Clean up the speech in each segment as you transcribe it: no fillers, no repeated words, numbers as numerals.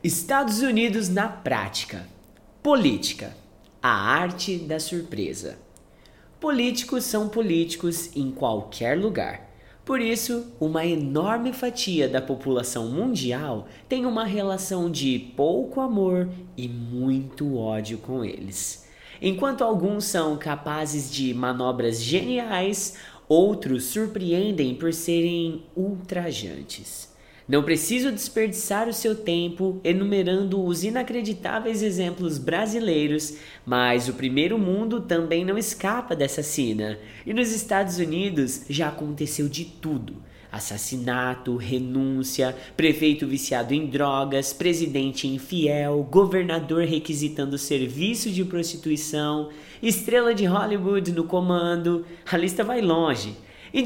Estados Unidos na prática. Política. A arte da surpresa. Políticos são políticos em qualquer lugar. Por isso, uma enorme fatia da população mundial tem uma relação de pouco amor e muito ódio com eles. Enquanto alguns são capazes de manobras geniais, outros surpreendem por serem ultrajantes. Não preciso desperdiçar o seu tempo enumerando os inacreditáveis exemplos brasileiros, mas o primeiro mundo também não escapa dessa cena. E nos Estados Unidos já aconteceu de tudo: assassinato, renúncia, prefeito viciado em drogas, presidente infiel, governador requisitando serviço de prostituição, estrela de Hollywood no comando. A lista vai longe. Em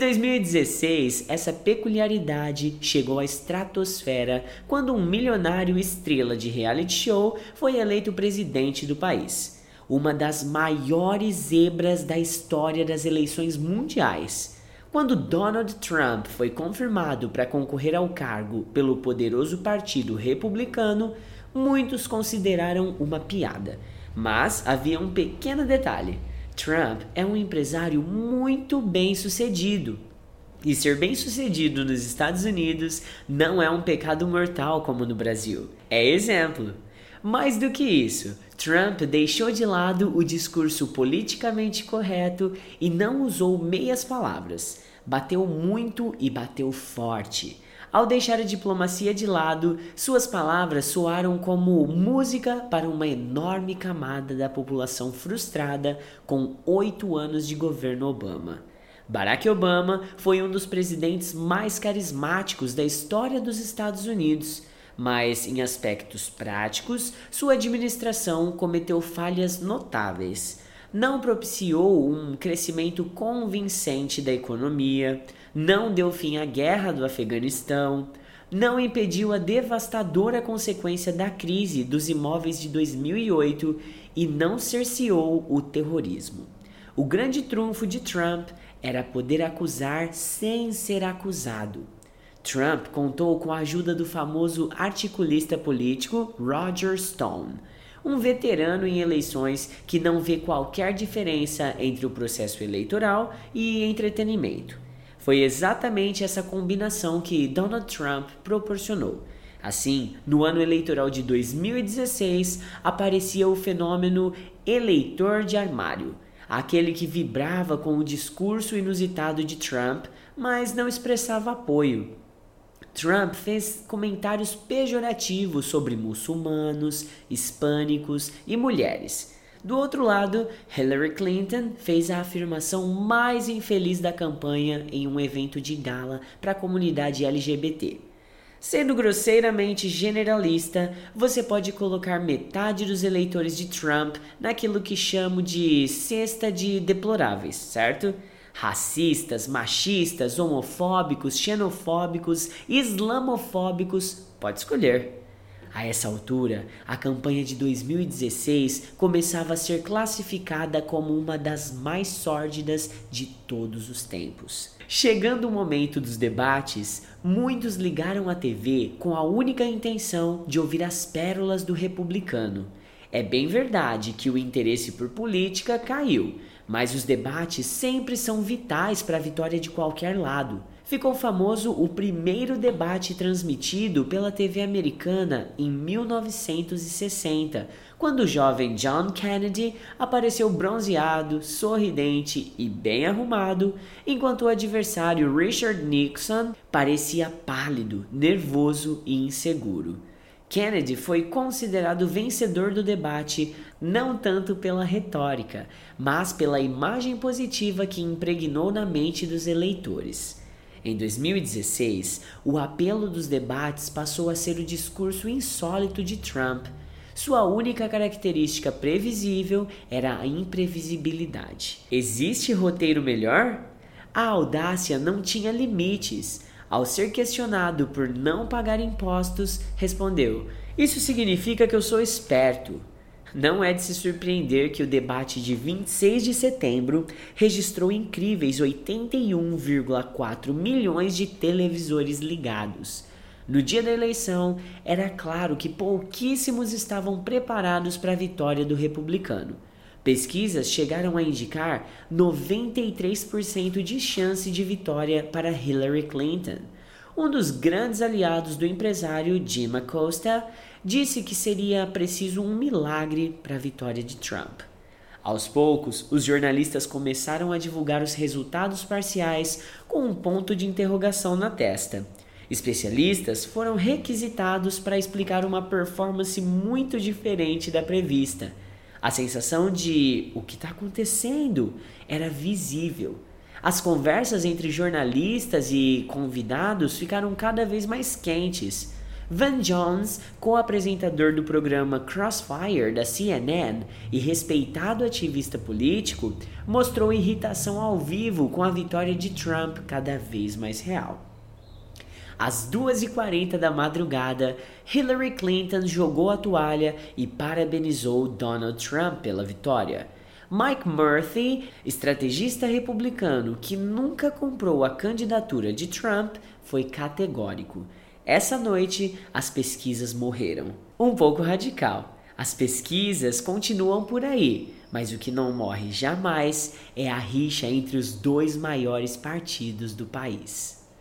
2016, essa peculiaridade chegou à estratosfera quando um milionário estrela de reality show foi eleito presidente do país. Uma das maiores zebras da história das eleições mundiais. Quando Donald Trump foi confirmado para concorrer ao cargo pelo poderoso Partido Republicano, muitos consideraram uma piada. Mas havia um pequeno detalhe: Trump é um empresário muito bem-sucedido. E ser bem-sucedido nos Estados Unidos não é um pecado mortal como no Brasil. É exemplo. Mais do que isso, Trump deixou de lado o discurso politicamente correto e não usou meias palavras. Bateu muito e bateu forte. Ao deixar a diplomacia de lado, suas palavras soaram como música para uma enorme camada da população frustrada com 8 anos de governo Obama. Barack Obama foi um dos presidentes mais carismáticos da história dos Estados Unidos, mas em aspectos práticos, sua administração cometeu falhas notáveis. Não propiciou um crescimento convincente da economia, não deu fim à guerra do Afeganistão, não impediu a devastadora consequência da crise dos imóveis de 2008 e não cerceou o terrorismo. O grande trunfo de Trump era poder acusar sem ser acusado. Trump contou com a ajuda do famoso articulista político Roger Stone, um veterano em eleições que não vê qualquer diferença entre o processo eleitoral e entretenimento. Foi exatamente essa combinação que Donald Trump proporcionou. Assim, no ano eleitoral de 2016, aparecia o fenômeno eleitor de armário, aquele que vibrava com o discurso inusitado de Trump, mas não expressava apoio. Trump fez comentários pejorativos sobre muçulmanos, hispânicos e mulheres. Do outro lado, Hillary Clinton fez a afirmação mais infeliz da campanha em um evento de gala para a comunidade LGBT. Sendo grosseiramente generalista, você pode colocar metade dos eleitores de Trump naquilo que chamo de cesta de deploráveis, certo? Racistas, machistas, homofóbicos, xenofóbicos, islamofóbicos, pode escolher. A essa altura, a campanha de 2016 começava a ser classificada como uma das mais sórdidas de todos os tempos. Chegando o momento dos debates, muitos ligaram a TV com a única intenção de ouvir as pérolas do republicano. É bem verdade que o interesse por política caiu, mas os debates sempre são vitais para a vitória de qualquer lado. Ficou famoso o primeiro debate transmitido pela TV americana em 1960, quando o jovem John Kennedy apareceu bronzeado, sorridente e bem arrumado, enquanto o adversário Richard Nixon parecia pálido, nervoso e inseguro. Kennedy foi considerado vencedor do debate não tanto pela retórica, mas pela imagem positiva que impregnou na mente dos eleitores. Em 2016, o apelo dos debates passou a ser o discurso insólito de Trump. Sua única característica previsível era a imprevisibilidade. Existe roteiro melhor? A audácia não tinha limites. Ao ser questionado por não pagar impostos, respondeu: "Isso significa que eu sou esperto." Não é de se surpreender que o debate de 26 de setembro registrou incríveis 81,4 milhões de televisores ligados. No dia da eleição, era claro que pouquíssimos estavam preparados para a vitória do republicano. Pesquisas chegaram a indicar 93% de chance de vitória para Hillary Clinton. Um dos grandes aliados do empresário Jim Acosta disse que seria preciso um milagre para a vitória de Trump. Aos poucos, os jornalistas começaram a divulgar os resultados parciais com um ponto de interrogação na testa. Especialistas foram requisitados para explicar uma performance muito diferente da prevista. A sensação de "o que está acontecendo?" era visível. As conversas entre jornalistas e convidados ficaram cada vez mais quentes. Van Jones, co-apresentador do programa Crossfire da CNN e respeitado ativista político, mostrou irritação ao vivo com a vitória de Trump cada vez mais real. Às 2h40 da madrugada, Hillary Clinton jogou a toalha e parabenizou Donald Trump pela vitória. Mike Murphy, estrategista republicano que nunca comprou a candidatura de Trump, foi categórico. Essa noite, as pesquisas morreram. Um pouco radical. As pesquisas continuam por aí, mas o que não morre jamais é a rixa entre os dois maiores partidos do país.